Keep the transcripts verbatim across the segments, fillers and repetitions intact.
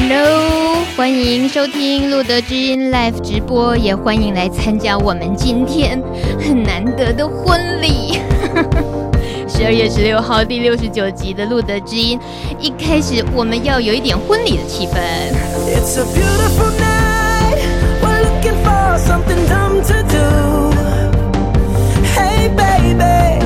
Hello， 欢迎收听路德之音 Live 直播，也欢迎来参加我们今天很难得的婚礼。十二月十六号第六十九集的路德之音，一开始我们要有一点婚礼的气氛。It's a beautiful night, we're looking for something dumb to do. Hey baby,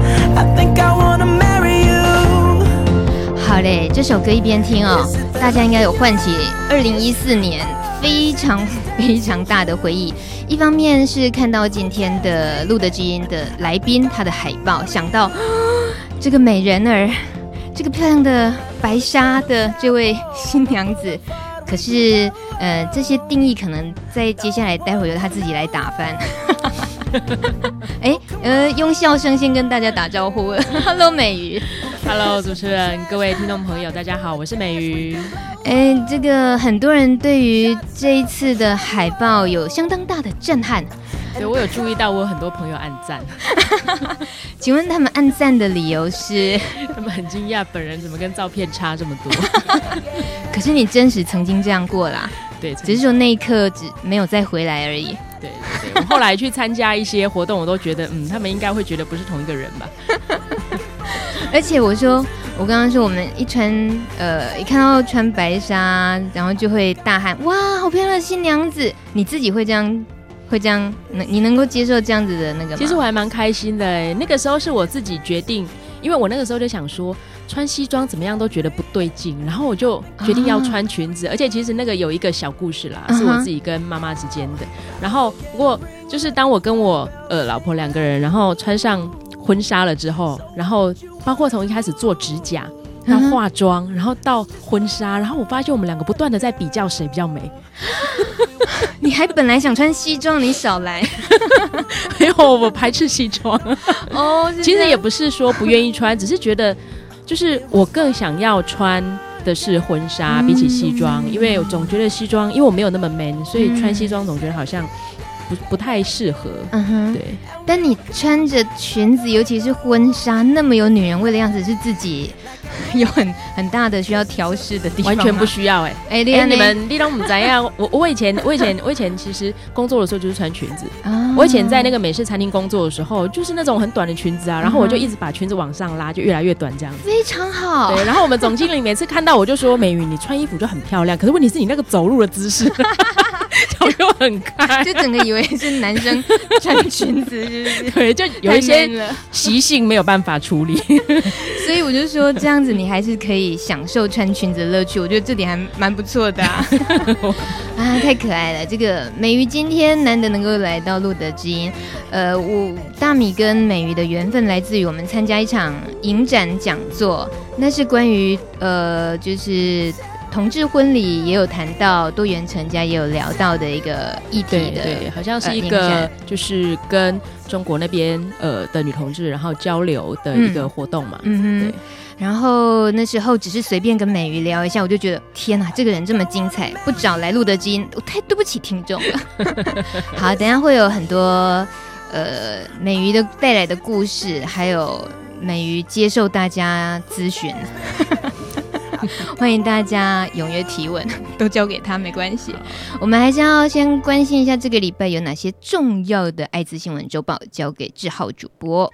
I think I wanna marry you. 好嘞，这首歌一边听哦，大家应该有唤起二零一四年非常非常大的回忆。一方面是看到今天的路德之音的来宾他的海报，想到这个美人儿，这个漂亮的白纱的这位新娘子，可是呃这些定义可能在接下来待会由他自己来打翻。哎，呃，用笑声先跟大家打招呼。Hello， 美瑜。 Hello， 主持人，各位听众朋友，大家好，我是美瑜。 哎，这个很多人对于这一次的海报有相当大的震撼。 对，我有注意到，我有很多朋友按赞。 请问他们按赞的理由是？ 他们很惊讶，本人怎么跟照片差这么多？ 可是你真实曾经这样过啦。 对， 只是说那一刻只没有再回来而已。 对对对，我后来去参加一些活动，我都觉得，嗯，他们应该会觉得不是同一个人吧。 而且我说，我刚刚说我们一穿，呃，一看到穿白纱，然后就会大喊，哇，好漂亮的新娘子！你自己会这样？会这样，你能够接受这样子的那个吗？ 其实我还蛮开心的哎，那个时候是我自己决定，因为我那个时候就想说，穿西装怎么样都觉得不对劲，然后我就决定要穿裙子，啊、而且其实那个有一个小故事啦，是我自己跟妈妈之间的。然后不过就是当我跟我呃老婆两个人，然后穿上婚纱了之后，然后包括从一开始做指甲到化妆，然后到婚纱，然后我发现我们两个不断的在比较谁比较美。 你还本来想穿西装，你少来。 没有，我排斥西装。哦，其实也不是说不愿意穿，只是觉得就是我更想要穿的是婚纱、嗯、比起西装，因为我总觉得西装，因为我没有那么 man， 所以穿西装总觉得好像不不太适合。嗯哼，对。 但你穿着裙子，尤其是婚纱，那么有女人味的样子，是自己有很很大的需要调试的地方吗？ 完全不需要哎、欸！哎、欸欸，你们你都不知道，我我以前我以前我以前其实工作的时候就是穿裙子。啊、我以前在那个美式餐厅工作的时候，就是那种很短的裙子啊，然后我就一直把裙子往上拉，就越来越短这样子。 非常好。 对，然后我们总经理每次看到我就说：“美瑜，你穿衣服就很漂亮，可是问题是你那个走路的姿势。”脚又很开， 就整个以为是男生穿裙子，是不是？ 对，就有一些习性没有办法处理。 所以我就说，这样子你还是可以享受穿裙子的乐趣，我觉得这点还蛮不错的啊！啊，太可爱了！这个美瑜今天难得能够来到路德之音，呃，我大米跟美瑜的缘分来自于我们参加一场影展讲座，那是关于呃，就是同志婚礼也有谈到，多元成家也有聊到的一个议题的， 对对，好像是一个、呃、就是跟中国那边呃的女同志然后交流的一个活动嘛，嗯，嗯对。 然后那时候只是随便跟美瑜聊一下，我就觉得天哪，这个人这么精彩，不找来路德基因，我太对不起听众了。好，等一下会有很多呃美瑜的带来的故事，还有美瑜接受大家咨询。欢迎大家踊跃提问，都交给他没关系。我们还是要先关心一下这个礼拜有哪些重要的艾滋新闻周报，交给志浩主播。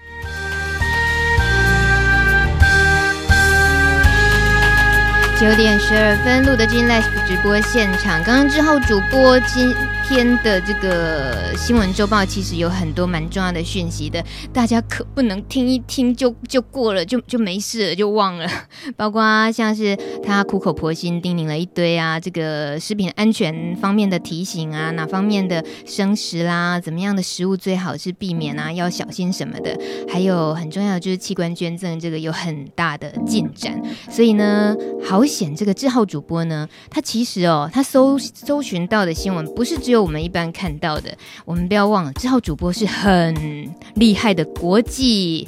九点十二分，路德之音 Live 直播现场。刚刚志浩主播今天的这个新闻周报，其实有很多蛮重要的讯息的，大家可不能听一听就就过了，就就没事了，就忘了。包括像是他苦口婆心叮咛了一堆啊，这个食品安全方面的提醒啊，哪方面的生食啦，怎么样的食物最好是避免啊，要小心什么的。还有很重要的就是器官捐赠，这个有很大的进展。所以呢，好险这个志浩主播呢，他其实哦，他搜搜寻到的新闻不是只有我们一般看到的，我们不要忘了，志浩主播是很厉害的国际。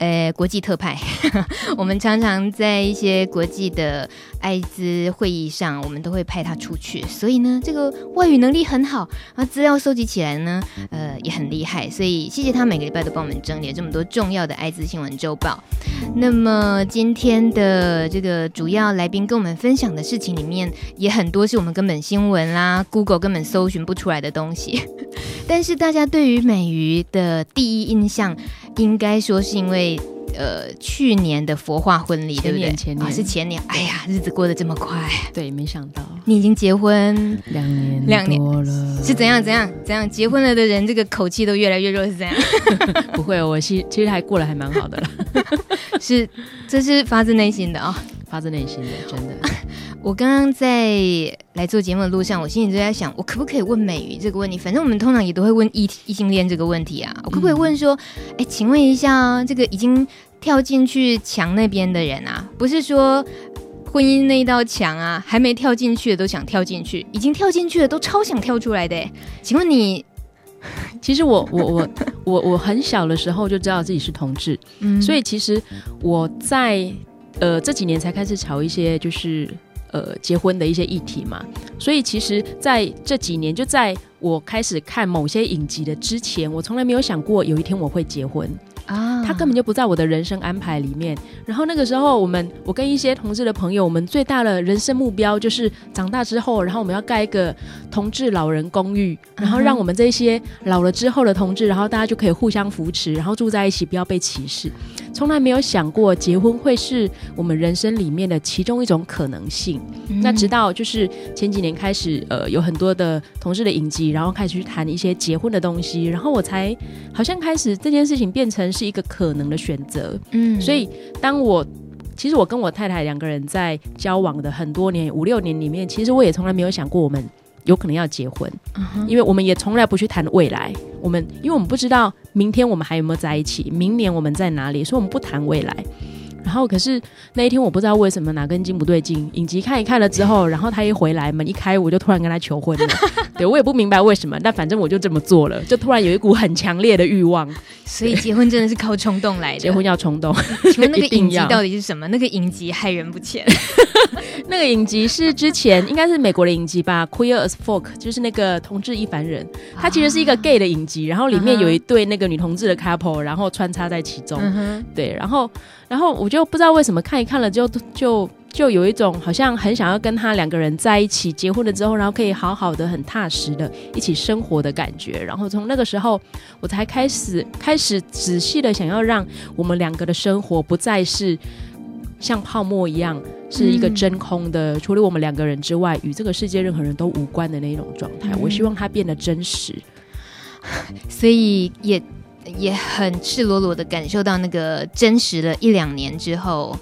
呃国际特派我们常常在一些国际的艾滋会议上，我们都会派他出去，所以呢这个外语能力很好，然后资料收集起来呢呃也很厉害，所以谢谢他每个礼拜都帮我们整理了这么多重要的艾滋新闻周报。那么今天的这个主要来宾跟我们分享的事情里面也很多是我们根本新闻啦 Google 根本搜寻不出来的东西，但是大家对于美鱼的第一印象应该说是因为呃，去年的佛化婚礼，对不对？ 前年、 哦、是前年。哎呀，日子过得这么快。 对，没想到你已经结婚两年两年多了， 是怎样怎样怎样？结婚了的人，这个口气都越来越弱，是这样？ 不会，我其其实还过得还蛮好的了。 是，这是发自内心的啊、哦， 发自内心的，真的。 我刚刚在来做节目的路上，我心里就在想，我可不可以问美鱼这个问题？反正我们通常也都会问异异性恋这个问题啊。我可不可以问说，哎、嗯，请问一下，这个已经跳进去墙那边的人啊，不是说婚姻那一道墙啊，还没跳进去的都想跳进去，已经跳进去的都超想跳出来的。请问你？ 其实我我我我我很小的时候就知道自己是同志，嗯，所以其实我在呃这几年才开始炒一些就是呃结婚的一些议题嘛，所以其实在这几年，就在我开始看某些影集的之前，我从来没有想过有一天我会结婚啊，他根本就不在我的人生安排里面。然后那个时候我们我跟一些同志的朋友，我们最大的人生目标就是长大之后，然后我们要盖一个同志老人公寓，然后让我们这些老了之后的同志，然后大家就可以互相扶持，然后住在一起，不要被歧视。从来没有想过结婚会是我们人生里面的其中一种可能性、嗯、那直到就是前几年开始呃有很多的同志的影集，然后开始去谈一些结婚的东西，然后我才好像开始这件事情变成是一个可能的选择。嗯，所以当我其实我跟我太太两个人在交往的很多年五六年里面，其实我也从来没有想过我们有可能要结婚、uh-huh. 因为我们也从来不去谈未来，我们因为我们不知道明天我们还有没有在一起，明年我们在哪里，所以我们不谈未来。然后可是那一天我不知道为什么哪根筋不对劲，影集看一看了之后，然后他一回来门一开，我就突然跟他求婚了对，我也不明白为什么，但反正我就这么做了，就突然有一股很强烈的欲望。 所以结婚真的是靠冲动来的。 结婚要冲动。 请问那个影集到底是什么？那个影集害人不浅那个影集是之前应该是美国的影集吧， Queer as Folk， 就是那个同志一凡人，它其实是一个 gay 的影集，然后里面有一对那个女同志的 couple， 然后穿插在其中、uh-huh. 对，然后然后我就不知道为什么看一看了就就就有一种好像很想要跟他两个人在一起，结婚了之后然后可以好好的很踏实的一起生活的感觉。然后从那个时候我才开始开始仔细的想要让我们两个的生活不再是像泡沫一样是一个真空的、嗯、除了我们两个人之外与这个世界任何人都无关的那种状态、嗯、我希望它变得真实。 所以也也很赤裸裸的感受到那个真实了一两年之后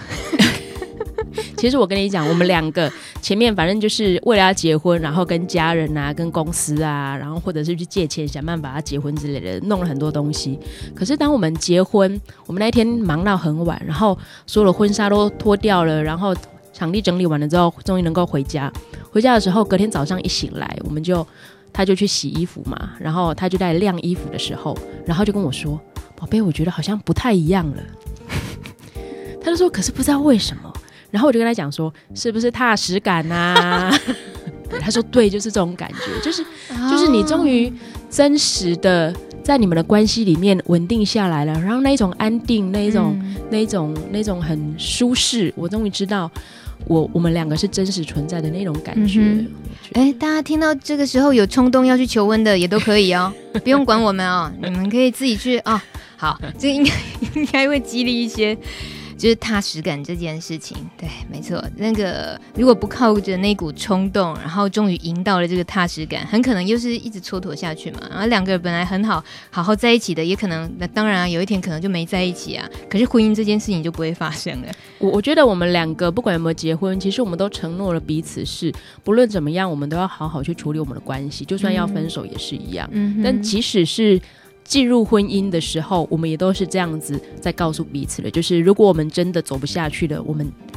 其实我跟你讲，我们两个前面反正就是为了要结婚，然后跟家人啊跟公司啊，然后或者是去借钱想办法要结婚之类的，弄了很多东西。可是当我们结婚，我们那天忙到很晚，然后所有的婚纱都脱掉了，然后场地整理完了之后终于能够回家。回家的时候隔天早上一醒来，我们就他就去洗衣服嘛，然后他就在晾衣服的时候，然后就跟我说，宝贝我觉得好像不太一样了他就说可是不知道为什么，然后我就跟他讲说是不是踏实感啊他说对，就是这种感觉，就是、oh. 就是你终于真实的在你们的关系里面稳定下来了，然后那一种安定，那一种、嗯、那一种那一种很舒适，我终于知道我我们两个是真实存在的那种感觉。 哎、嗯，大家听到这个时候有冲动要去求婚的也都可以哦不用管我们哦，你们可以自己去哦。好，这个应该应该会激励一些就是踏实感这件事情。对，没错，那个如果不靠着那股冲动，然后终于赢到了这个踏实感，很可能又是一直蹉跎下去嘛。然后两个人本来很好好好在一起的，也可能那当然啊有一天可能就没在一起啊，可是婚姻这件事情就不会发生了。 我我觉得我们两个不管有没有结婚，其实我们都承诺了彼此是不论怎么样我们都要好好去处理我们的关系，就算要分手也是一样、嗯、但即使是进入婚姻的时候，我们也都是这样子在告诉彼此的，就是如果我们真的走不下去了，我们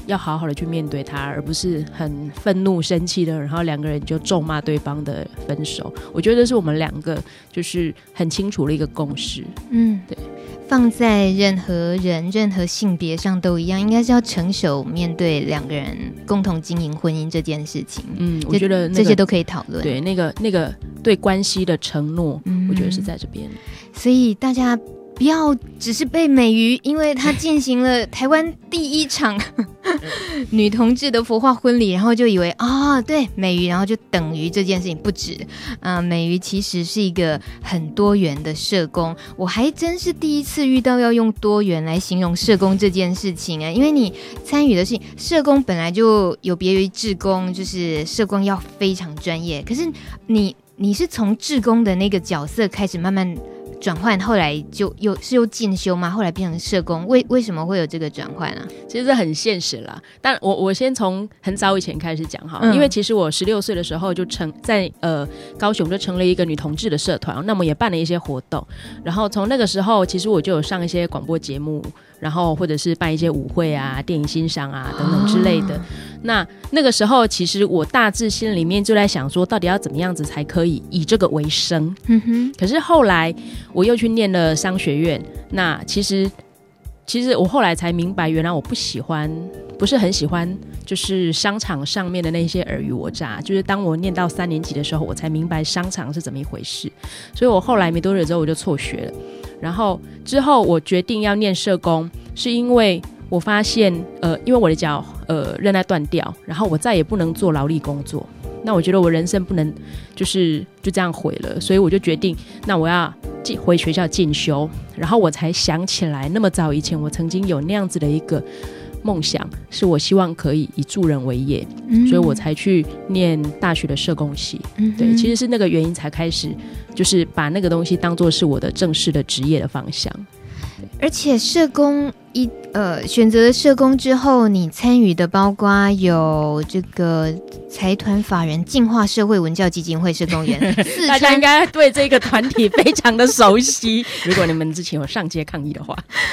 要好好的去面对它，而不是很愤怒生气的，然后两个人就咒骂对方的分手。我觉得这是我们两个就是很清楚的一个共识。 嗯， 对， 放在任何人任何性别上都一样，应该是要成熟面对两个人共同经营婚姻这件事情。 嗯，我觉得、那个、 这些都可以讨论。 对，那个那个对关系的承诺、嗯、我觉得是在这边。 所以大家不要只是被美瑜，因为她进行了台湾第一场女同志的佛化婚礼，然后就以为啊、哦，对美瑜，然后就等于这件事情不止。啊、呃，美瑜其实是一个很多元的社工，我还真是第一次遇到要用多元来形容社工这件事情啊。因为你参与的是社工，本来就有别于志工，就是社工要非常专业，可是你你是从志工的那个角色开始慢慢转换，后来就又是又进修吗？后来变成社工，为为什么会有这个转换啊？ 其实很现实啦，但我我先从很早以前开始讲哈、嗯，因为其实我十六岁的时候就成在呃高雄就成了一个女同志的社团，那么也办了一些活动，然后从那个时候其实我就有上一些广播节目，然后或者是办一些舞会啊、电影欣赏啊等等之类的。哦、那那个时候其实我大致心里面就在想说，到底要怎么样子才可以以这个为生。嗯哼。可是后来我又去念了商学院，那其实其实我后来才明白，原来我不喜欢，不是很喜欢，就是商场上面的那些尔虞我诈。就是当我念到三年级的时候，我才明白商场是怎么一回事。所以我后来没多久之后我就辍学了。然后之后我决定要念社工，是因为我发现，呃，因为我的脚呃韧带断掉，然后我再也不能做劳力工作。那我觉得我人生不能就是就这样毁了，所以我就决定，那我要回学校进修。然后我才想起来，那么早以前我曾经有那样子的一个梦想，是我希望可以以助人为业、嗯、所以我才去念大学的社工系、嗯、对，其实是那个原因才开始就是把那个东西当作是我的正式的职业的方向。 而且社工一呃选择了社工之后，你参与的包括有这个财团法人净化社会文教基金会社工员大家应该对这个团体非常的熟悉如果你们之前有上街抗议的话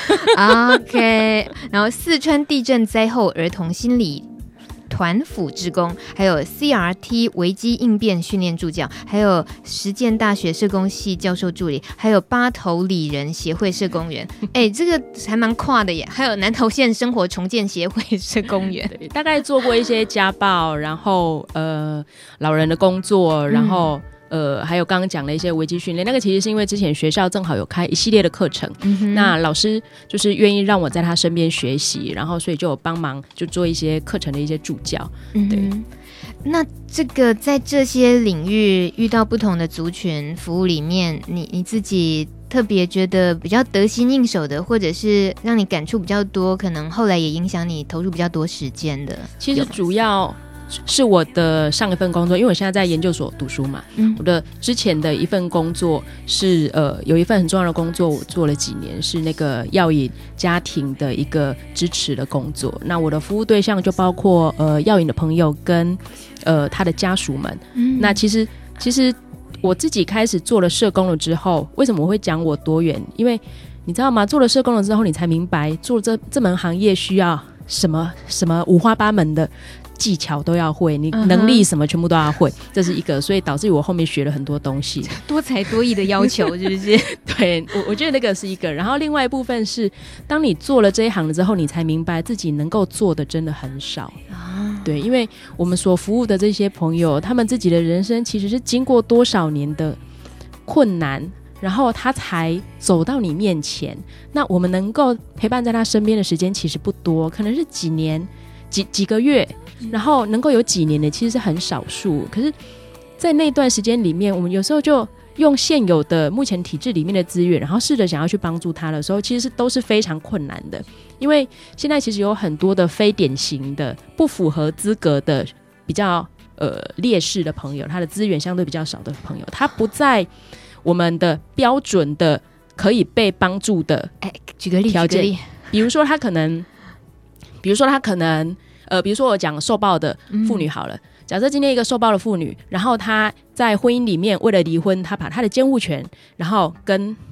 OK 然后四川地震灾后儿童心理团辅志工，还有 C R T 危机应变训练助教，还有实践大学社工系教授助理，还有八头里人协会社工员哎，这个还蛮跨的耶。还有南投县生活重建协会社工员对，大概做过一些家暴，然后呃老人的工作，然后、嗯呃，还有刚刚讲的一些危机训练，那个其实是因为之前学校正好有开一系列的课程、嗯、那老师就是愿意让我在他身边学习，然后所以就有帮忙就做一些课程的一些助教、嗯、对。 那这个在这些领域遇到不同的族群服务里面，你你自己特别觉得比较得心应手的，或者是让你感触比较多，可能后来也影响你投入比较多时间的， 其实主要是我的上一份工作，因为我现在在研究所读书嘛、嗯、我的之前的一份工作是呃有一份很重要的工作，我做了几年，是那个药瘾家庭的一个支持的工作。那我的服务对象就包括呃药瘾的朋友跟呃他的家属们、嗯、那其实其实我自己开始做了社工了之后，为什么我会讲我多元？因为你知道吗，做了社工了之后，你才明白做这这门行业需要什么什么五花八门的技巧都要会，你能力什么全部都要会、uh-huh. 这是一个，所以导致于我后面学了很多东西， 多才多艺的要求是不是对，我我觉得那个是一个。然后另外一部分是当你做了这一行了之后，你才明白自己能够做的真的很少、uh-huh. 对，因为我们所服务的这些朋友，他们自己的人生其实是经过多少年的困难，然后他才走到你面前，那我们能够陪伴在他身边的时间其实不多，可能是几年几几个月，然后能够有几年的其实是很少数。可是在那段时间里面，我们有时候就用现有的目前体制里面的资源，然后试着想要去帮助他的时候，其实是都是非常困难的。因为现在其实有很多的非典型的不符合资格的比较呃劣势的朋友，他的资源相对比较少的朋友，他不在我们的标准的可以被帮助的举个例条件，比如说他可能比如说他可能呃，比如说我讲受暴的妇女好了、嗯、假设今天一个受暴的妇女，然后她在婚姻里面为了离婚，她把她的监护权然后跟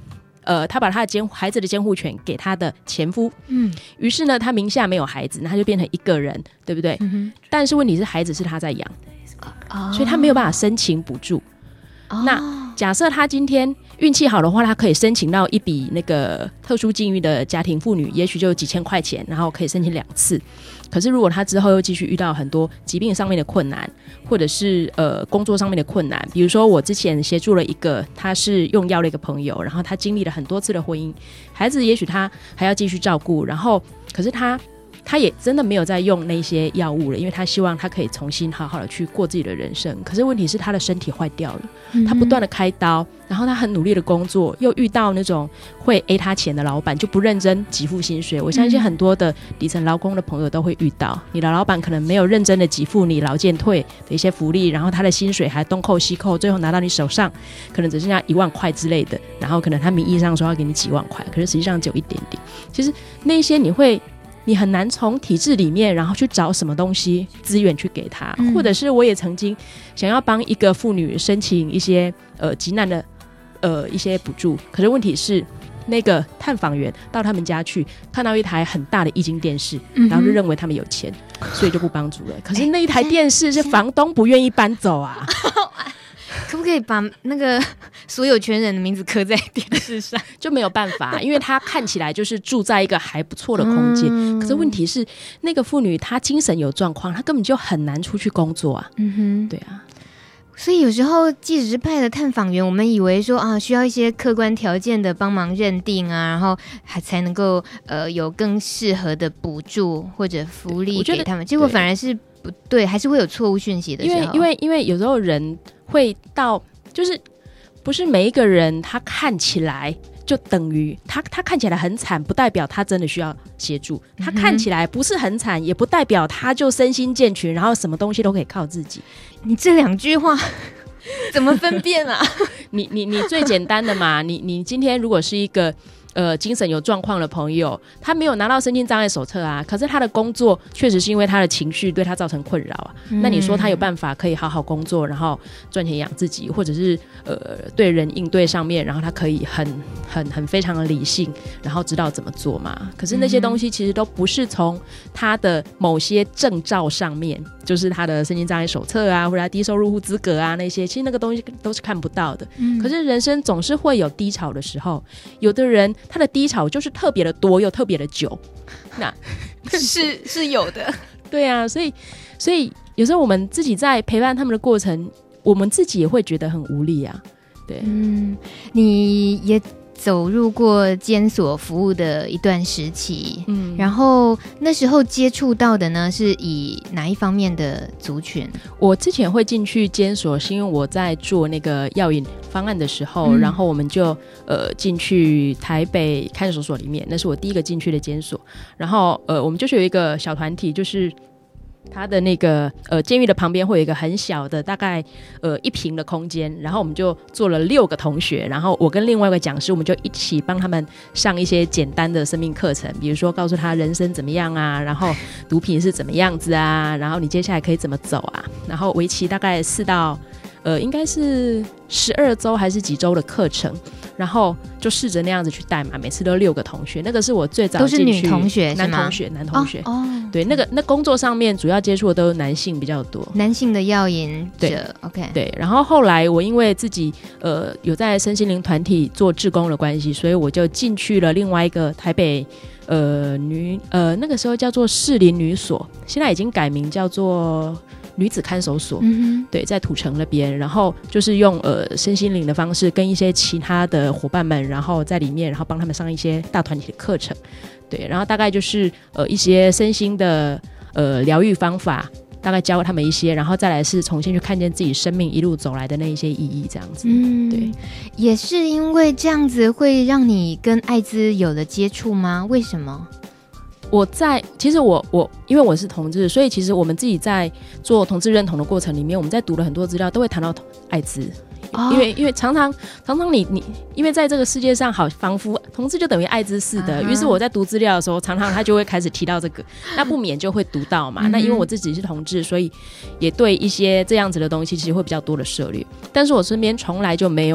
呃，他把他的监孩子的监护权给他的前夫，嗯，于是呢，他名下没有孩子，那他就变成一个人，对不对？嗯、但是问题是，孩子是他在养，哦、所以他没有办法申请补助。哦、那假设他今天运气好的话，他可以申请到一笔那个特殊境遇的家庭妇女，也许就有几千块钱，然后可以申请两次。可是如果他之后又继续遇到很多疾病上面的困难，或者是呃工作上面的困难，比如说我之前协助了一个他是用药的一个朋友，然后他经历了很多次的婚姻，孩子也许他还要继续照顾，然后可是他他也真的没有在用那些药物了，因为他希望他可以重新好好的去过自己的人生。可是问题是他的身体坏掉了，他不断的开刀，然后他很努力的工作，又遇到那种会 A 他钱的老板，就不认真给付薪水。我相信很多的底层劳工的朋友都会遇到，你的老板可能没有认真的给付你劳健退的一些福利，然后他的薪水还东扣西扣，最后拿到你手上可能只剩下一万块之类的，然后可能他名义上说要给你几万块，可是实际上只有一点点。其实那些你会你很难从体制里面然后去找什么东西资源去给他、嗯、或者是我也曾经想要帮一个妇女申请一些呃急难的呃一些补助，可是问题是那个探访员到他们家去看到一台很大的液晶电视、嗯、然后就认为他们有钱，所以就不帮助了。可是那一台电视是房东不愿意搬走啊。 可不可以把那个所有权人的名字刻在电视上？ 就没有办法，因为他看起来就是住在一个还不错的空间、嗯、可是问题是那个妇女她精神有状况，她根本就很难出去工作啊。嗯哼，对啊。 所以有时候即使是派的探访员，我们以为说啊需要一些客观条件的帮忙认定啊，然后还才能够呃有更适合的补助或者福利给他们，结果反而是不对，还是会有错误讯息的时候。 因为因为因为有时候人会到就是不是每一个人他看起来就等于他他看起来很惨，不代表他真的需要协助，他看起来不是很惨、嗯、也不代表他就身心健全，然后什么东西都可以靠自己。 你这两句话怎么分辨啊？ 你你你最简单的嘛，你你今天如果是一个呃，精神有状况的朋友，他没有拿到身心障碍手册啊，可是他的工作确实是因为他的情绪对他造成困扰啊、嗯、那你说他有办法可以好好工作，然后赚钱养自己，或者是呃对人应对上面，然后他可以很很很非常的理性，然后知道怎么做嘛？可是那些东西其实都不是从他的某些证照上面，就是他的身心障碍手册啊，或者他低收入户资格啊，那些其实那个东西都是看不到的、嗯、可是人生总是会有低潮的时候，有的人他的低潮就是特别的多又特别的久，那是是有的。 对啊，所以所以有时候我们自己在陪伴他们的过程，我们自己也会觉得很无力啊。对， 嗯，你也走入过监所服务的一段时期，嗯，然后那时候接触到的呢是以哪一方面的族群？ 我之前会进去监所是因为我在做那个药瘾方案的时候、嗯、然后我们就呃进去台北看守所里面，那是我第一个进去的监所，然后呃我们就是有一个小团体，就是他的那个呃监狱的旁边会有一个很小的大概呃一坪的空间，然后我们就做了六个同学，然后我跟另外一个讲师，我们就一起帮他们上一些简单的生命课程，比如说告诉他人生怎么样啊，然后毒品是怎么样子啊，然后你接下来可以怎么走啊，然后为期大概四到呃应该是十二周还是几周的课程，然后就试着那样子去带嘛，每次都六个同学，那个是我最早进去， 都是女同学男同学男同学、 哦哦、 对，那个那工作上面主要接触的都是男性比较多， 男性的药瘾者。 对 OK 对，然后后来我因为自己呃有在身心灵团体做志工的关系，所以我就进去了另外一个台北呃女呃那个时候叫做士林女所，现在已经改名叫做女子看守所、嗯、对，在土城那边，然后就是用呃身心灵的方式跟一些其他的伙伴们，然后在里面，然后帮他们上一些大团体的课程，对，然后大概就是呃一些身心的呃疗愈方法，大概教他们一些，然后再来是重新去看见自己生命一路走来的那一些意义，这样子。嗯，对， 也是因为这样子会让你跟艾滋有了接触吗？为什么？ 我在其实我我因为我是同志，所以其实我们自己在做同志认同的过程里面，我们在读了很多资料都会谈到艾滋、哦、因为因为常常常常你你因为在这个世界上好仿佛同志就等于艾滋似的，于、uh-huh. 是我在读资料的时候常常他就会开始提到这个那不免就会读到嘛、嗯、那因为我自己是同志，所以也对一些这样子的东西其实会比较多的涉猎，但是我身边从来就没有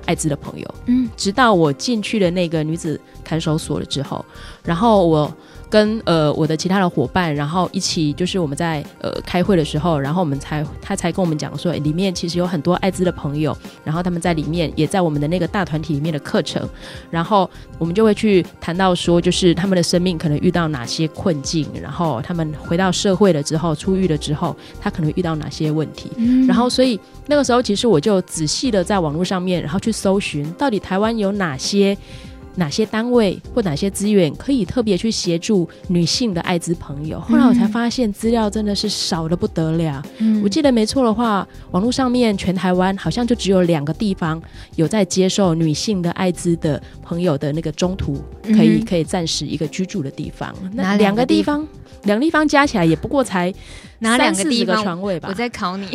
艾滋的朋友。嗯，直到我进去了那个女子看守所了之后，然后我跟呃我的其他的伙伴，然后一起就是我们在呃开会的时候，然后我们才他才跟我们讲说，里面其实有很多艾滋的朋友，然后他们在里面也在我们的那个大团体里面的课程，然后我们就会去谈到说，就是他们的生命可能遇到哪些困境，然后他们回到社会了之后，出狱了之后，他可能遇到哪些问题，嗯、然后所以那个时候其实我就仔细的在网络上面，然后去搜寻到底台湾有哪些。哪些单位或哪些资源可以特别去协助女性的艾滋朋友，后来我才发现资料真的是少得不得了、嗯、我记得没错的话，网络上面全台湾好像就只有两个地方有在接受女性的艾滋的朋友的那个中途可以、嗯、可以暂时一个居住的地方。那两个地方两个地方加起来也不过才哪两个地方？ 床位吧， 我在考你。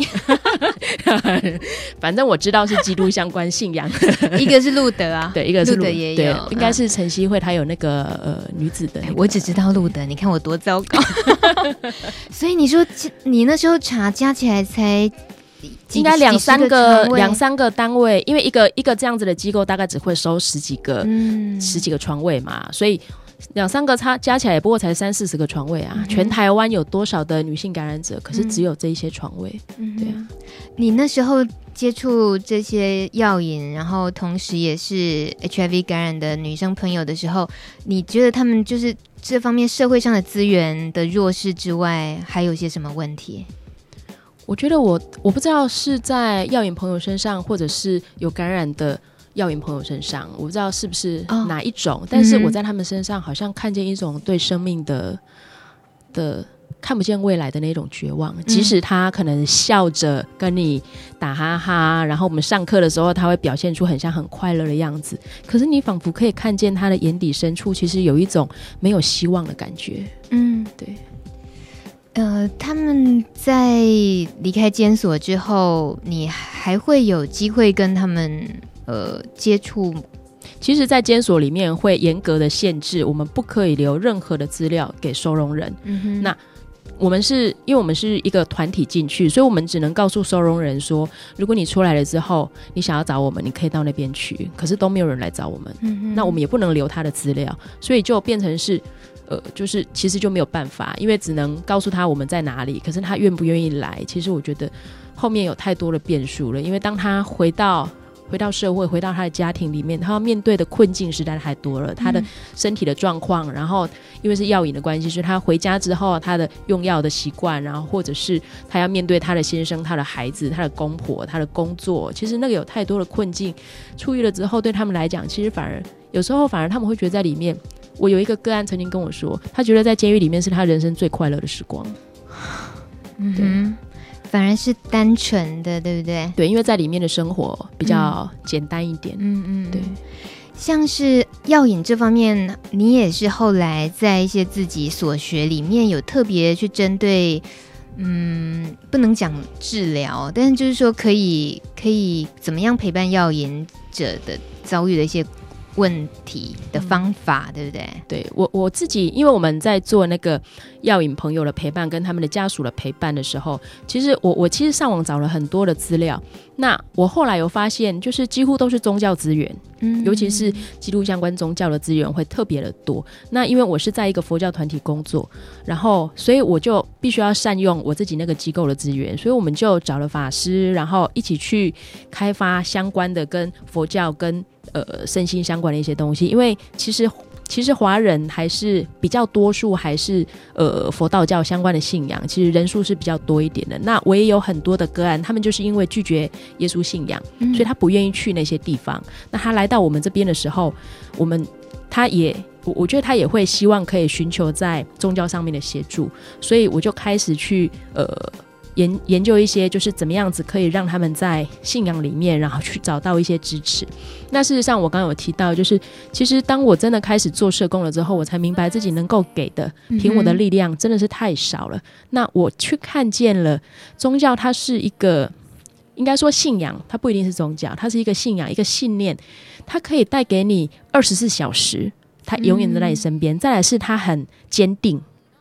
反正我知道是基督相关信仰， 一个是路德啊， 对，一个是路德也有， 对，应该是陈曦会，他有那个呃女子的、那個欸。 我只知道路德，你看我多糟糕。所以你说你那时候查加起来才应该两三个两三个单位，因为一个一个这样子的机构大概只会收十几个、嗯、十几个床位嘛，所以。两三个差加起来也不过才三四十个床位啊、嗯！全台湾有多少的女性感染者？可是只有这一些床位，嗯、对啊。 你那时候接触这些药瘾，然后同时也是 H I V 感染的女生朋友的时候，你觉得他们就是这方面社会上的资源的弱势之外，还有些什么问题？ 我觉得我我不知道是在药瘾朋友身上，或者是有感染的。药瘾朋友身上，我不知道是不是哪一种、哦、但是我在他们身上好像看见一种对生命的的看不见未来的那种绝望、嗯、即使他可能笑着跟你打哈哈，然后我们上课的时候他会表现出很像很快乐的样子，可是你仿佛可以看见他的眼底深处其实有一种没有希望的感觉。嗯，对。 呃，他们在离开监所之后，你还会有机会跟他们呃接触？ 其实在监所里面会严格的限制，我们不可以留任何的资料给收容人、嗯、那我们是因为我们是一个团体进去，所以我们只能告诉收容人说，如果你出来了之后你想要找我们，你可以到那边去，可是都没有人来找我们、嗯、那我们也不能留他的资料，所以就变成是呃，就是其实就没有办法，因为只能告诉他我们在哪里，可是他愿不愿意来，其实我觉得后面有太多的变数了，因为当他回到回到社会，回到他的家庭里面，他要面对的困境实在太多了，他的身体的状况、嗯、然后因为是药瘾的关系，所以他回家之后他的用药的习惯，然后或者是他要面对他的先生、他的孩子、他的公婆、他的工作，其实那个有太多的困境，出狱了之后对他们来讲，其实反而有时候反而他们会觉得在里面，我有一个个案曾经跟我说，他觉得在监狱里面是他人生最快乐的时光。 嗯哼，反而是单纯的，对不对？ 对，因为在里面的生活比较简单一点。嗯嗯，对。 像是药瘾这方面，你也是后来在一些自己所学里面有特别去针对，嗯，不能讲治疗，但是就是说可以可以怎么样陪伴药瘾者的遭遇的一些问题的方法、嗯、对不对？ 对，我我自己，因为我们在做那个药瘾朋友的陪伴跟他们的家属的陪伴的时候，其实我我其实上网找了很多的资料，那我后来有发现就是几乎都是宗教资源、嗯、尤其是基督相关宗教的资源会特别的多。那因为我是在一个佛教团体工作，然后所以我就必须要善用我自己那个机构的资源，所以我们就找了法师，然后一起去开发相关的跟佛教跟呃身心相关的一些东西，因为其实其实华人还是比较多数还是呃佛道教相关的信仰，其实人数是比较多一点的。那我也有很多的个案，他们就是因为拒绝耶稣信仰、嗯、所以他不愿意去那些地方，那他来到我们这边的时候，我们他也我我觉得他也会希望可以寻求在宗教上面的协助，所以我就开始去呃研, 研究一些就是怎么样子可以让他们在信仰里面然后去找到一些支持。那事实上我刚刚有提到，就是其实当我真的开始做社工了之后，我才明白自己能够给的凭我的力量真的是太少了、嗯、那我去看见了宗教它是一个，应该说信仰它不一定是宗教，它是一个信仰，一个信念，它可以带给你二十四小时，它永远都在你身边、嗯、再来是它很坚定，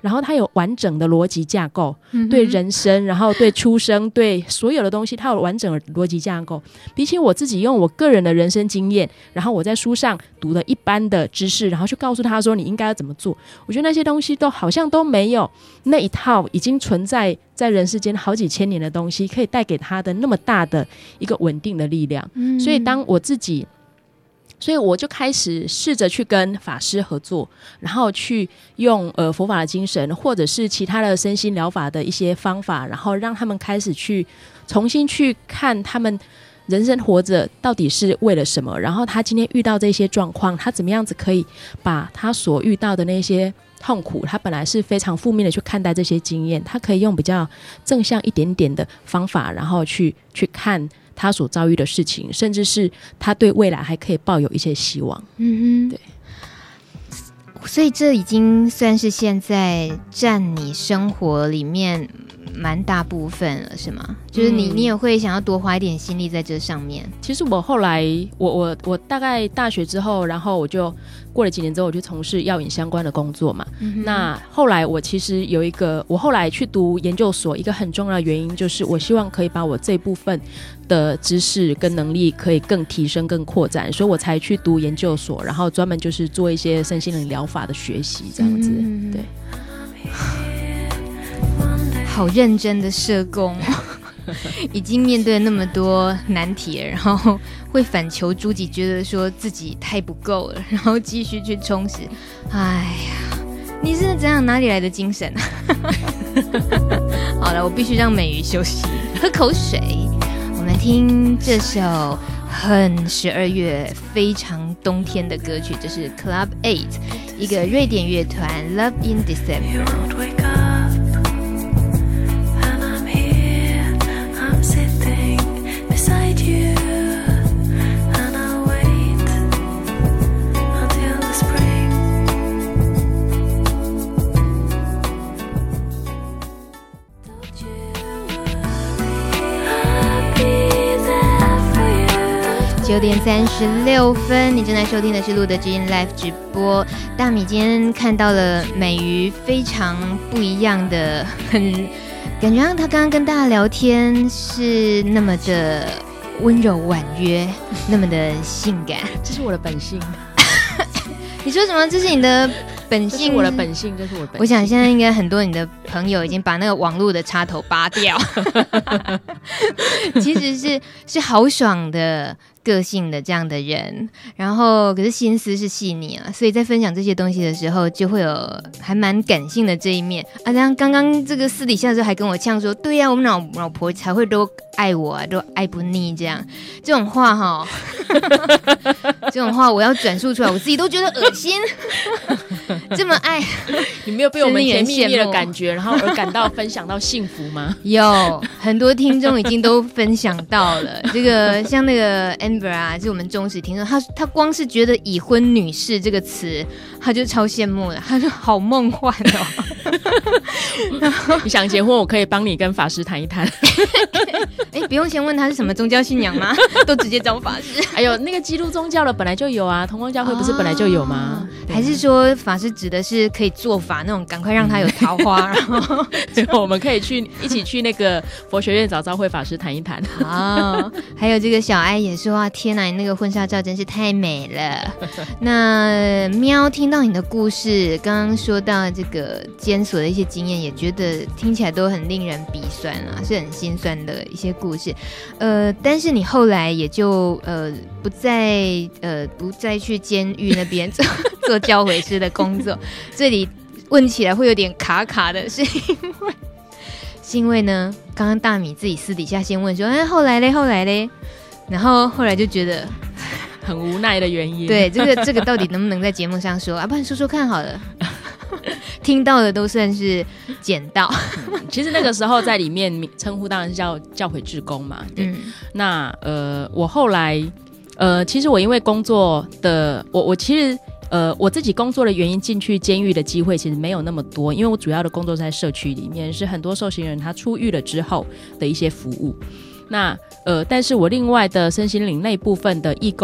然后它有完整的逻辑架构、嗯、对人生，然后对出生，对所有的东西它有完整的逻辑架构，比起我自己用我个人的人生经验，然后我在书上读了一般的知识，然后去告诉他说你应该要怎么做，我觉得那些东西都好像都没有那一套已经存在在人世间好几千年的东西可以带给他的那么大的一个稳定的力量、嗯、所以当我自己所以我就开始试着去跟法师合作，然后去用呃佛法的精神或者是其他的身心疗法的一些方法，然后让他们开始去重新去看他们人生活着到底是为了什么，然后他今天遇到这些状况，他怎么样子可以把他所遇到的那些痛苦，他本来是非常负面的去看待这些经验，他可以用比较正向一点点的方法，然后去去看他所遭遇的事情，甚至是他对未来还可以抱有一些希望。嗯哼，对。 所以这已经算是现在占你生活里面蛮大部分了，是吗？就是你、嗯、你也会想要多花一点心力在这上面。 其实我后来我我我大概大学之后，然后我就过了几年之后，我就从事药引相关的工作嘛、嗯、那后来我其实有一个我后来去读研究所，一个很重要的原因就是我希望可以把我这部分的知识跟能力可以更提升更扩展，所以我才去读研究所，然后专门就是做一些身心灵疗法的学习这样子、嗯、对。 好认真的社工已经面对那么多难题，然后会反求诸己，觉得说自己太不够了，然后继续去充实。哎呀，你是怎样哪里来的精神啊？好了，我必须让美瑜休息喝口水。我们听这首很十二月非常冬天的歌曲，这是 Club Eight 一个瑞典乐团 Love in December。九点三十六分，你正在收听的是路德之音 Live 直播。大米今天看到了美瑜非常不一样的，很感觉上他刚刚跟大家聊天是那么的温柔婉约，那么的性感。 这是我的本性。 你说什么？这是你的本性？ 这是我的本性，这是我的本性。 我想现在应该很多你的朋友已经把那个网络的插头拔掉。其实是是豪爽的个性的这样的人，然后可是心思是细腻啊，所以在分享这些东西的时候就会有还蛮感性的这一面啊。像刚刚这个私底下的时候还跟我呛说，对呀、啊，我们老老婆才会都爱我啊，都爱不腻这样，这种话哈，这种话我要转述出来，我自己都觉得恶心。这么爱， 你没有被我们甜蜜蜜的感觉，然后而感到分享到幸福吗？ 有很多听众已经都分享到了，这个像那个 Amber 啊，是我们忠实听众，他他光是觉得已婚女士这个词，他就超羡慕了，他说好梦幻哦。 你想结婚，我可以帮你跟法师谈一谈。 哎，不用先问他是什么宗教信仰吗？都直接找法师。 哎呦，那个基督宗教的本来就有啊，同光教会不是本来就有吗？ 哦、还是说法师指的是可以做法那种，赶快让他有桃花，然后我们可以去一起去那个佛学院找昭慧法师谈一谈。 哦，还有这个小哀也说啊，天哪，你那个婚纱照真是太美了。那喵听到你的故事，刚刚说到这个监所的一些经验，也觉得听起来都很令人鼻酸啊，是很心酸的一些故事。呃，但是你后来也就呃不再呃不再去监狱那边做做教诲师的工作。这里问起来会有点卡卡的，是因为是因为呢，刚刚大米自己私底下先问说，哎，后来嘞，后来嘞，然后后来就觉得很无奈的原因。 对，这个这个到底能不能在节目上说啊？不然说说看好了。听到的都算是捡到、 嗯、其实那个时候在里面称呼当然是叫教诲志工嘛。对、嗯、那呃我后来呃其实我因为工作的我我其实呃我自己工作的原因进去监狱的机会其实没有那么多，因为我主要的工作在社区里面，是很多受刑人他出狱了之后的一些服务。那呃，但是我另外的身心灵那部分的义工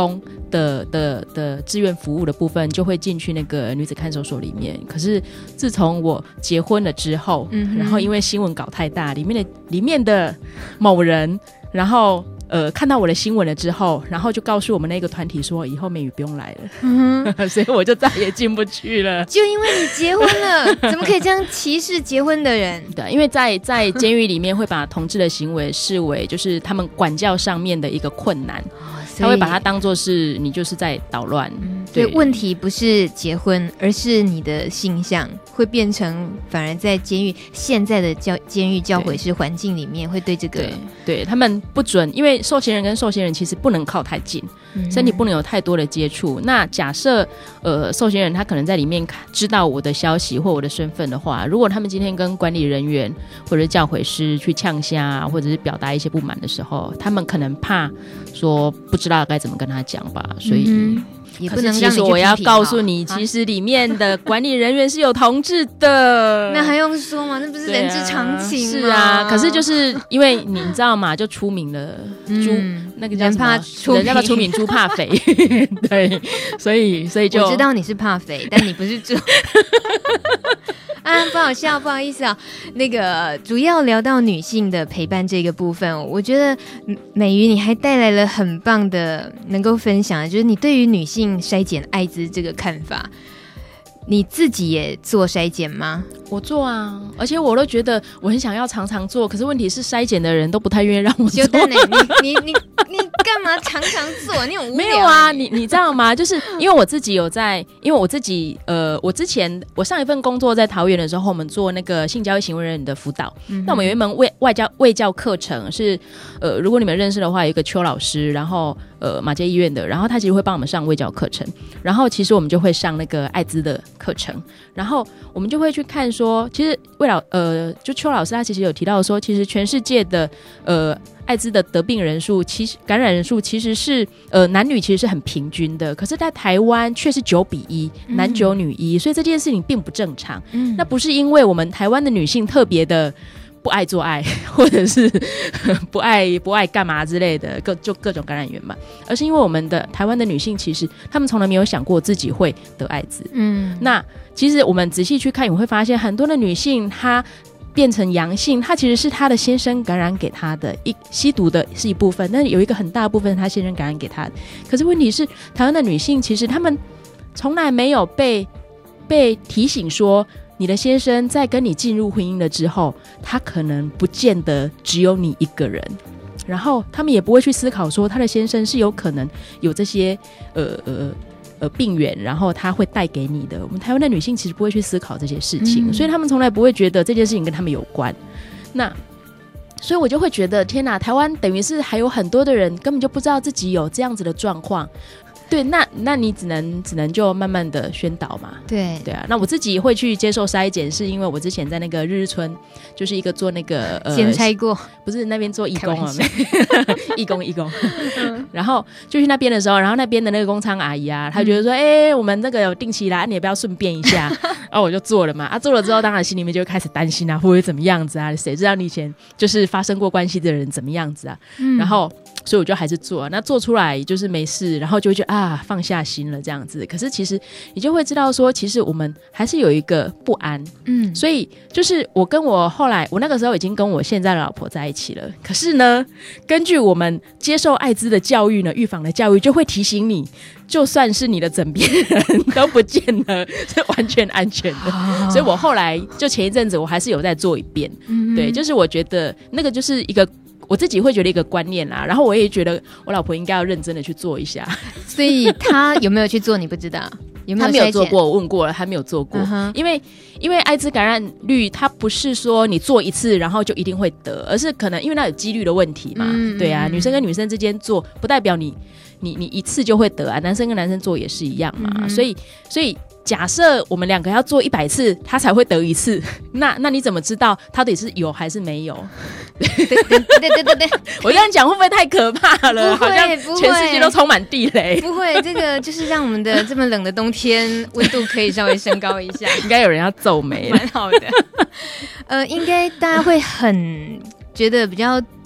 的的的志愿服务的部分就会进去那个女子看守所里面。可是自从我结婚了之后，嗯、然后因为新闻搞太大，里面的里面的某人，然后呃看到我的新闻了之后，然后就告诉我们那个团体说，以后美语不用来了，嗯、所以我就再也进不去了。 就因为你结婚了，怎么可以这样歧视结婚的人？ 对，因为在在监狱里面会把同志的行为视为就是他们管教上面的一个困难。他会把它当作是你就是在捣乱、嗯、 对，问题不是结婚，而是你的性向会变成反而在监狱现在的教监狱教诲式环境里面会对这个对, 对他们不准，因为受刑人跟受刑人其实不能靠太近、嗯、身体不能有太多的接触。那假设呃受刑人他可能在里面知道我的消息或我的身份的话，如果他们今天跟管理人员或者是教诲师去呛下或者是表达一些不满的时候，他们可能怕说不知道该怎么跟他讲吧，所以、嗯也不能让你去批评。 可是其实我要告诉你，其实里面的管理人员是有同志的。 那还用说吗？那不是人之常情吗？ 是啊，可是就是因为你知道嘛，就出名了，猪、嗯、那个叫什么？人怕出名，人叫出名，猪怕肥。对，所以所以就我知道你是怕肥，但你不是猪。啊，不好笑，不好意思啊。那个主要聊到女性的陪伴这个部分，我觉得美瑜你还带来了很棒的能够分享的，就是你对于女性筛检艾滋这个看法。你自己也做筛检吗？ 我做啊，而且我都觉得我很想要常常做，可是问题是筛检的人都不太愿意让我做。 你你你你干嘛常常做？你很无聊。 没有啊，你你知道吗？就是因为我自己有在，因为我自己呃，我之前我上一份工作在桃园的时候，我们做那个性交易行为人的辅导。嗯、那我们有一门卫外教卫教课程是呃，如果你们认识的话，有一个邱老师，然后呃马偕医院的，然后他其实会帮我们上卫教课程，然后其实我们就会上那个艾滋的课程，然后我们就会去看说，其实魏老呃，就邱老师他其实有提到说，其实全世界的呃艾滋的得病人数，其实感染人数其实是呃男女其实是很平均的，可是在台湾却是九比一，男九女一，所以这件事情并不正常。嗯，那不是因为我们台湾的女性特别的不爱做爱，或者是不爱不爱干嘛之类的，各就各种感染源嘛，而是因为我们的台湾的女性其实她们从来没有想过自己会得艾滋。嗯，那其实我们仔细去看，你会发现很多的女性她变成阳性，她其实是她的先生感染给她的，一吸毒的是一部分，但是有一个很大部分她先生感染给她的。可是问题是，台湾的女性其实她们从来没有被被提醒说，你的先生在跟你进入婚姻了之后，他可能不见得只有你一个人，然后他们也不会去思考说，他的先生是有可能有这些呃呃呃病源，然后他会带给你的。我们台湾的女性其实不会去思考这些事情，嗯、所以他们从来不会觉得这件事情跟他们有关。那所以我就会觉得，天哪，台湾等于是还有很多的人根本就不知道自己有这样子的状况。对，那那你只能只能就慢慢的宣导嘛。 对对啊，那我自己会去接受筛检，是因为我之前在那个日日村，就是一个做那个呃， 先拆过， 不是那边做义工啊，义工义工。然后就去那边的时候，然后那边的那个工厂阿姨啊，她觉得说，哎、嗯欸，我们那个有定期啦，你也不要顺便一下。然后我就做了嘛，啊，做了之后，当然心里面就会开始担心啊，会不会怎么样子啊？谁知道你以前就是发生过关系的人怎么样子啊？嗯、然后。所以我就还是做、啊，那做出来就是没事，然后就会觉得啊放下心了这样子。可是其实你就会知道说，其实我们还是有一个不安，嗯，所以就是我跟我后来，我那个时候已经跟我现在的老婆在一起了。可是呢，根据我们接受艾滋的教育呢，预防的教育就会提醒你，就算是你的枕边人都不见得是完全安全的。哦、所以我后来就前一阵子我还是有在做一遍，嗯、对，就是我觉得那个就是一个。我自己会觉得一个观念啦，然后我也觉得我老婆应该要认真的去做一下。 所以她有没有去做你不知道，有没有？ 她没有做过，我问过了，她没有做过。Uh-huh. 因为因为艾滋感染率，它不是说你做一次然后就一定会得，而是可能因为那有几率的问题嘛。嗯、对啊，女生跟女生之间做，不代表你你你一次就会得啊，男生跟男生做也是一样嘛。嗯、所以所以。假设我们两个要做一百次，他才会得一次，那那你怎么知道他到底是有还是没有？对对对对对，我这样讲会不会太可怕了？ 不会， 好像全世界都充满地雷。 不会，这个就是让我们的这么冷的冬天温度可以稍微升高一下。 应该有人要皱眉， 蛮好的。呃，应该大家会很觉得比较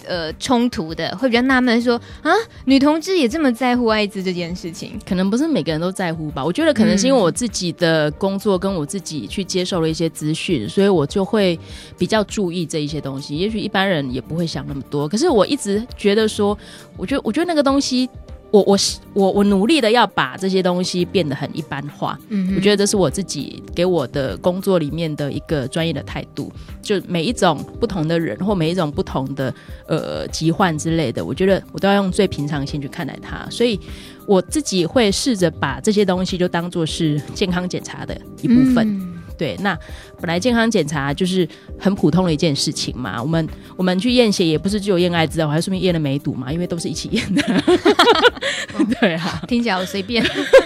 呃冲突的，会比较纳闷说啊，女同志也这么在乎艾滋这件事情？ 可能不是每个人都在乎吧，我觉得可能是因为我自己的工作跟我自己去接受了一些资讯，所以我就会比较注意这一些东西，也许一般人也不会想那么多。可是我一直觉得说，我觉得我觉得那个东西我我我我努力的要把这些东西变得很一般化，嗯，我觉得这是我自己给我的工作里面的一个专业的态度。就每一种不同的人或每一种不同的呃疾患之类的，我觉得我都要用最平常心去看待它。所以我自己会试着把这些东西就当作是健康检查的一部分。嗯，对，那本来健康检查就是很普通的一件事情嘛，我们我们去验血也不是只有验艾滋，我还顺便验了梅毒嘛，因为都是一起验的。对啊， 听起来好随便。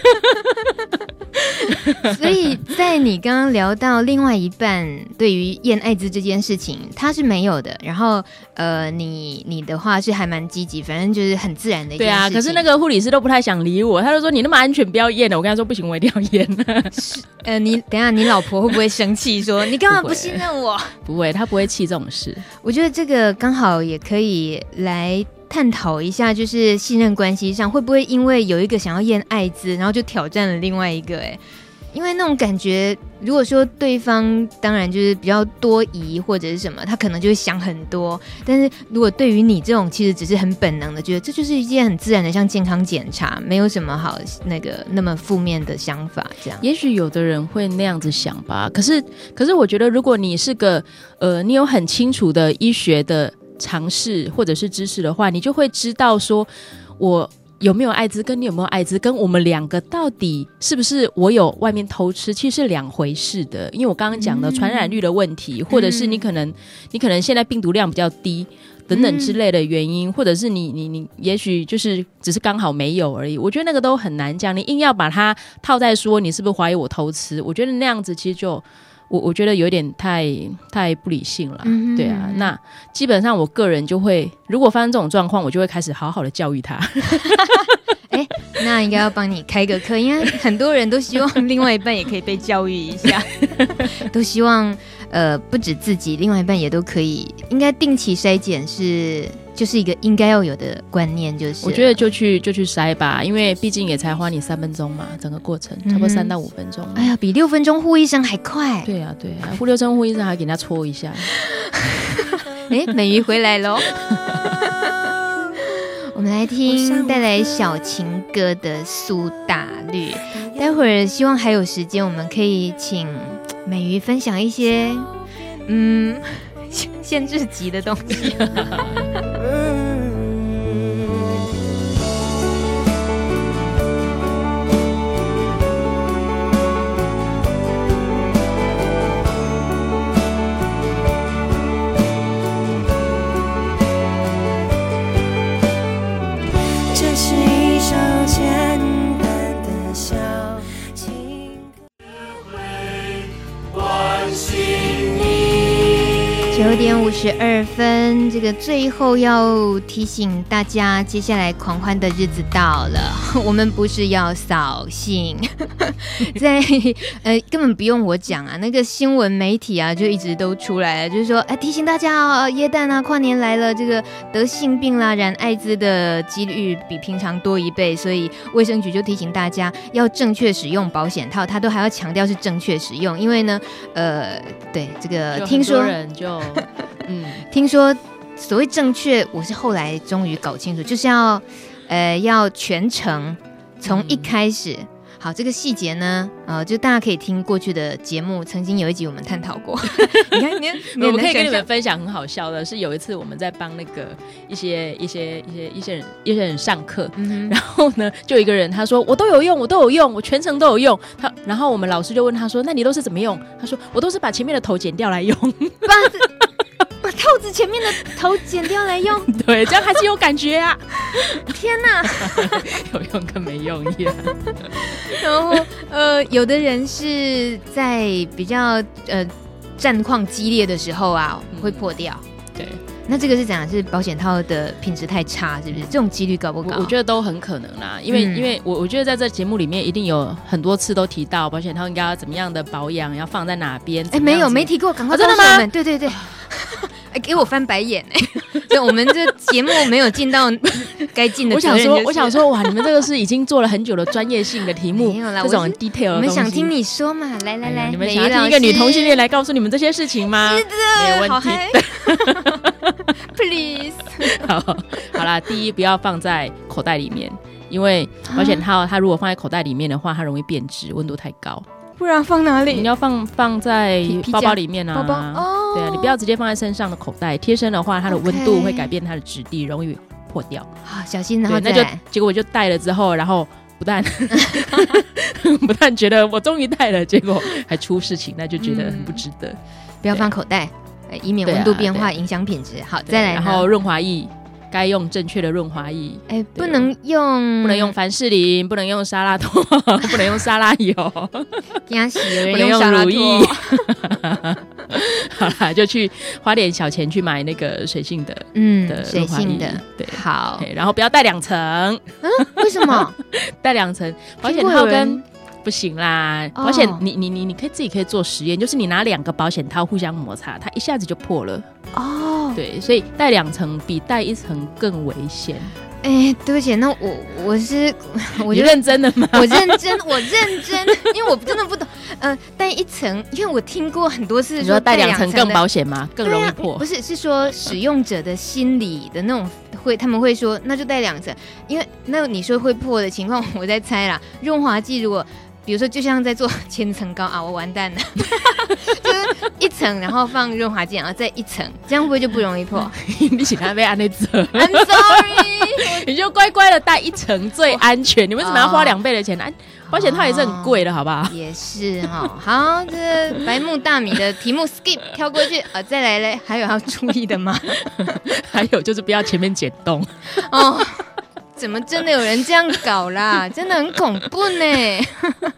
所以在你刚刚聊到另外一半对于验艾滋这件事情他是没有的，然后呃，你你的话是还蛮积极，反正就是很自然的一件事情。对啊， 可是那个护理师都不太想理我，他就说你那么安全不要验了，我跟他说不行，我一定要验。 呃，你等一下你老婆会不会生气说你干嘛不信任我？ 不会，他不会气这种事。 我觉得这个刚好也可以来探讨一下，就是信任关系上会不会因为有一个想要验艾滋然后就挑战了另外一个。哎，因为那种感觉，如果说对方当然就是比较多疑或者是什么，他可能就会想很多，但是如果对于你这种其实只是很本能的觉得这就是一件很自然的像健康检查，没有什么好那个那么负面的想法，这样也许有的人会那样子想吧。可是可是我觉得如果你是个呃你有很清楚的医学的常识或者是知识的话，你就会知道说我有没有艾滋跟你有没有艾滋跟我们两个到底是不是我有外面偷吃其实是两回事的。因为我刚刚讲的传染率的问题、嗯、或者是你可能你可能现在病毒量比较低等等之类的原因、嗯、或者是你你你也许就是只是刚好没有而已，我觉得那个都很难讲。你硬要把它套在说你是不是怀疑我偷吃，我觉得那样子其实就我我觉得有点太太不理性了、嗯、对啊。那基本上我个人就会如果发生这种状况，我就会开始好好的教育他。 欸、那应该要帮你开个课，因为很多人都希望另外一半也可以被教育一下。都希望呃不止自己，另外一半也都可以，应该定期筛检是就是一个应该要有的观念，就是我觉得就去就去筛吧，因为毕竟也才花你三分钟嘛，整个过程差不多三到五分钟、嗯、 哎呀比六分钟护医生还快。 对啊对啊，护六分护医生还给人家搓一下。 哎、欸，美鱼回来咯。我们来听带来小情歌的苏打绿，待会儿希望还有时间我们可以请美鱼分享一些嗯限制级的东西。九点五十二分，这个最后要提醒大家，接下来狂欢的日子到了，我们不是要扫兴，在呃根本不用我讲啊，那个新闻媒体啊就一直都出来了，就是说哎提醒大家哦，耶诞啊跨年来了，这个得性病啦染艾滋的几率比平常多一倍，所以卫生局就提醒大家要正确使用保险套，他都还要强调是正确使用，因为呢呃对这个听说人就嗯，听说所谓正确，我是后来终于搞清楚，就是要呃要全程从一开始、嗯、好这个细节呢呃就大家可以听过去的节目，曾经有一集我们探讨过。你看你我可以跟你们分享很好笑的是，有一次我们在帮那个一些一些一些一些人一些人上课、嗯、然后呢就有一个人他说我都有用我都有用我全程都有用他，然后我们老师就问他说那你都是怎么用，他说我都是把前面的头剪掉来用。 把套子前面的头剪掉来用。 对，这样还是有感觉啊。 天哪。 有用跟没用一样。 然后呃有的人是在比较呃战况激烈的时候啊会破掉、嗯、 对， 那这个是讲是保险套的品质太差是不是？这种几率高不高？ 我, 我觉得都很可能啦，因为、嗯、因为我我觉得在这节目里面一定有很多次都提到保险套应该要怎么样的保养，要放在哪边。哎， 没有没提过，赶快告诉我们。对对对。 欸、给我翻白眼哎、欸！所以我们这节目没有尽到该尽的责任、就是。 我想说，我想说，哇，你们这个是已经做了很久的专业性的题目， 没有啦， 这种 detail 的我们想听你说嘛，来来来，哎、 你们想要听一个女同性恋来告诉你们这些事情吗？ 是的， 没有问题。 Please， 好，好啦，第一不要放在口袋里面，因为保险套它如果放在口袋里面的话，它容易变质，温度太高。 不然放哪里？ 你要放放在包包里面啊， 包包哦， 对啊，你不要直接放在身上的口袋，贴身的话，它的温度会改变它的质地，容易破掉。 好，小心，然后再那就结果我就戴了之后，然后不但不但觉得我终于戴了，结果还出事情，那就觉得很不值得。嗯、 不要放口袋，以免温度变化影响品质。好，再来， 然后润滑液。该用正确的润滑液， 哎、欸，不能用， 不能用凡士林，不能用沙拉托，不能用沙拉油， 惊死有人用沙拉托。 好啦，就去花点小钱去买那个水性的， 嗯， 的水性的， 对， 好， 然后不要带两层， 嗯，为什么？ 带两层保险套跟。不行啦，保险、哦、你你你你可以自己可以做实验，就是你拿两个保险套互相摩擦，它一下子就破了。哦，对，所以带两层比带一层更危险。 哎、欸，对不起，那我我是我你认真的吗？ 我认真，我认真，因为我真的不懂。呃，带一层，因为我听过很多次说带两层更保险吗？更容易破？ 啊、不是，是说使用者的心理的那种会，他们会说那就带两层，因为那你说会破的情况，我在猜啦。润滑剂如果比如说，就像在做千层糕啊，我完蛋了，就是一层，然后放润滑剂，然后再一层，这样会不会就不容易破？ 你请他被安内折 ，I'm sorry， 你就乖乖的带一层最安全。你为什么要花两倍的钱？哦、保险套也是很贵的，好不好？ 也是哈、哦。好，这白木大米的题目 skip 跳过去啊，再来嘞，还有要注意的吗？ 还有就是不要前面剪洞哦。怎么真的有人这样搞啦？真的很恐怖呢。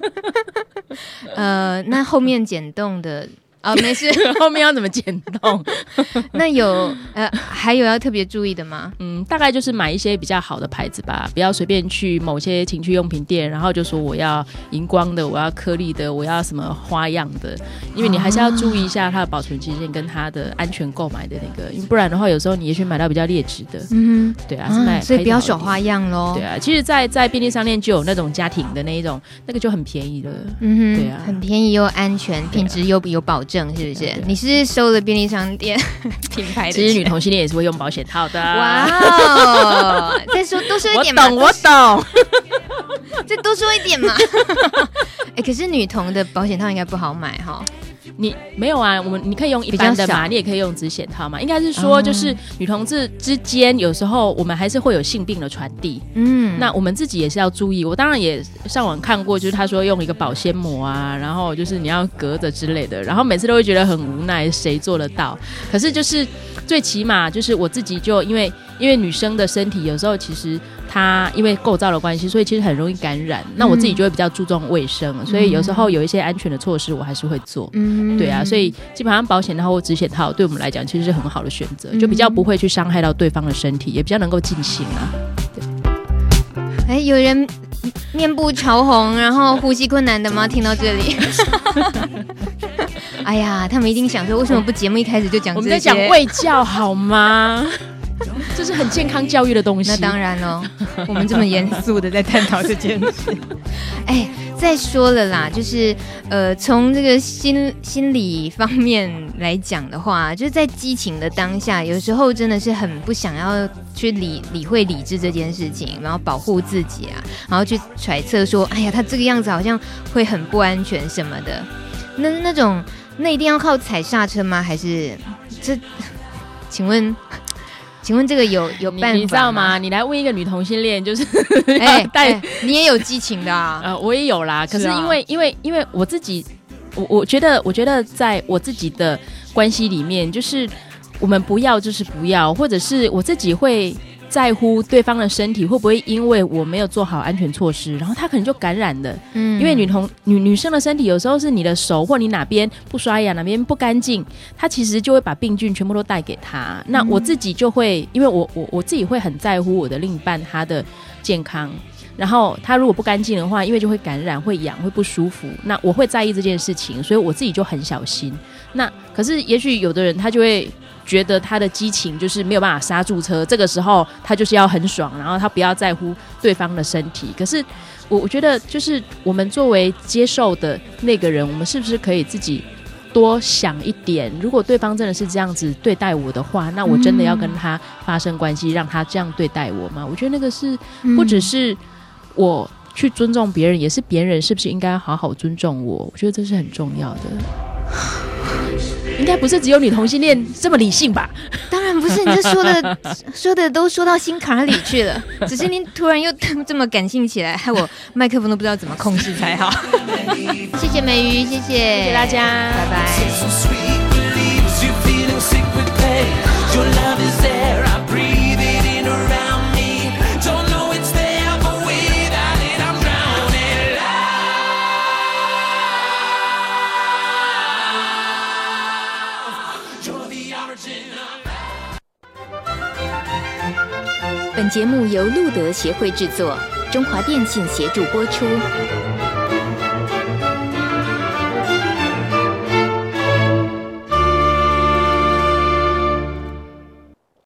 呃，那后面剪洞的啊、哦，没事， 后面要怎么剪洞？ 那有呃，还有要特别注意的吗？ 嗯，大概就是买一些比较好的牌子吧，不要随便去某些情趣用品店，然后就说我要荧光的，我要颗粒的，我要什么花样的，因为你还是要注意一下它的保存期限跟它的安全购买的那个，因为不然的话，有时候你也许买到比较劣质的，嗯，对啊，是买、 啊，所以不要耍花样咯。 对啊，其实在，在在便利商店就有那种家庭的那一种，那个就很便宜了， 嗯哼， 对啊， 很便宜又安全，品质又有保证。是不是？你是收了便利商店品牌的？ 其实女同性恋也是会用保险套的。 哇哦！再说多说一点嘛， 我懂，我懂。 再多说一点嘛。哎、欸，可是女同的保险套应该不好买哈。 你没有啊？我们你可以用一般的嘛，你也可以用只险套嘛。应该是说，就是女同志之间，有时候我们还是会有性病的传递。嗯，那我们自己也是要注意。我当然也上网看过，就是他说用一个保鲜膜啊，然后就是你要隔着之类的，然后每次都会觉得很无奈，谁做得到？可是就是最起码就是我自己就因为因为女生的身体有时候其实它因为构造的关系，所以其实很容易感染。那我自己就会比较注重卫生，嗯、所以有时候有一些安全的措施我还是会做。嗯，对啊，所以基本上保险套或止血套对我们来讲其实是很好的选择，就比较不会去伤害到对方的身体，也比较能够尽兴啊。对， 哎，有人面部潮红，然后呼吸困难的吗？听到这里。哎呀，他们一定想说，为什么不节目一开始就讲这些？ 我们在讲卫教好吗？这是很健康教育的东西。 那当然哦，我们这么严肃的在探讨这件事。哎，再说了啦，就是呃，从这个心心理方面来讲的话，就是在激情的当下，有时候真的是很不想要去理理会理智这件事情，然后保护自己啊，然后去揣测说，哎呀，他这个样子好像会很不安全什么的。那那种，那一定要靠踩刹车吗？还是这？请问？请问这个有有办法吗？ 你, 你知道吗？你来问一个女同性恋，就是哎带、欸欸，你也有激情的啊？ 呃，我也有啦。可是因为、啊、因为因为我自己，我我觉得我觉得在我自己的关系里面，就是我们不要就是不要，或者是我自己会在乎对方的身体会不会因为我没有做好安全措施，然后他可能就感染了。嗯，因为女同女女生的身体有时候是你的手或你哪边不刷牙哪边不干净，它其实就会把病菌全部都带给他。那我自己就会，因为我我我自己会很在乎我的另一半他的健康，然后他如果不干净的话，因为就会感染会痒会不舒服，那我会在意这件事情，所以我自己就很小心。那可是也许有的人他就会觉得他的激情就是没有办法刹住车，这个时候他就是要很爽，然后他不要在乎对方的身体。可是我我觉得就是我们作为接受的那个人，我们是不是可以自己多想一点，如果对方真的是这样子对待我的话，那我真的要跟他发生关系，让他这样对待我吗？我觉得那个是不只是我去尊重别人，也是别人是不是应该好好尊重我，我觉得这是很重要的。应该不是只有女同性恋这么理性吧？ 当然不是，你这说的说的都说到心坎里去了，只是您突然又这么感性起来，害我麦克风都不知道怎么控制才好。谢谢美瑜，谢谢， 谢谢大家， 拜拜。本节目由路德协会制作，中华电信协助播出。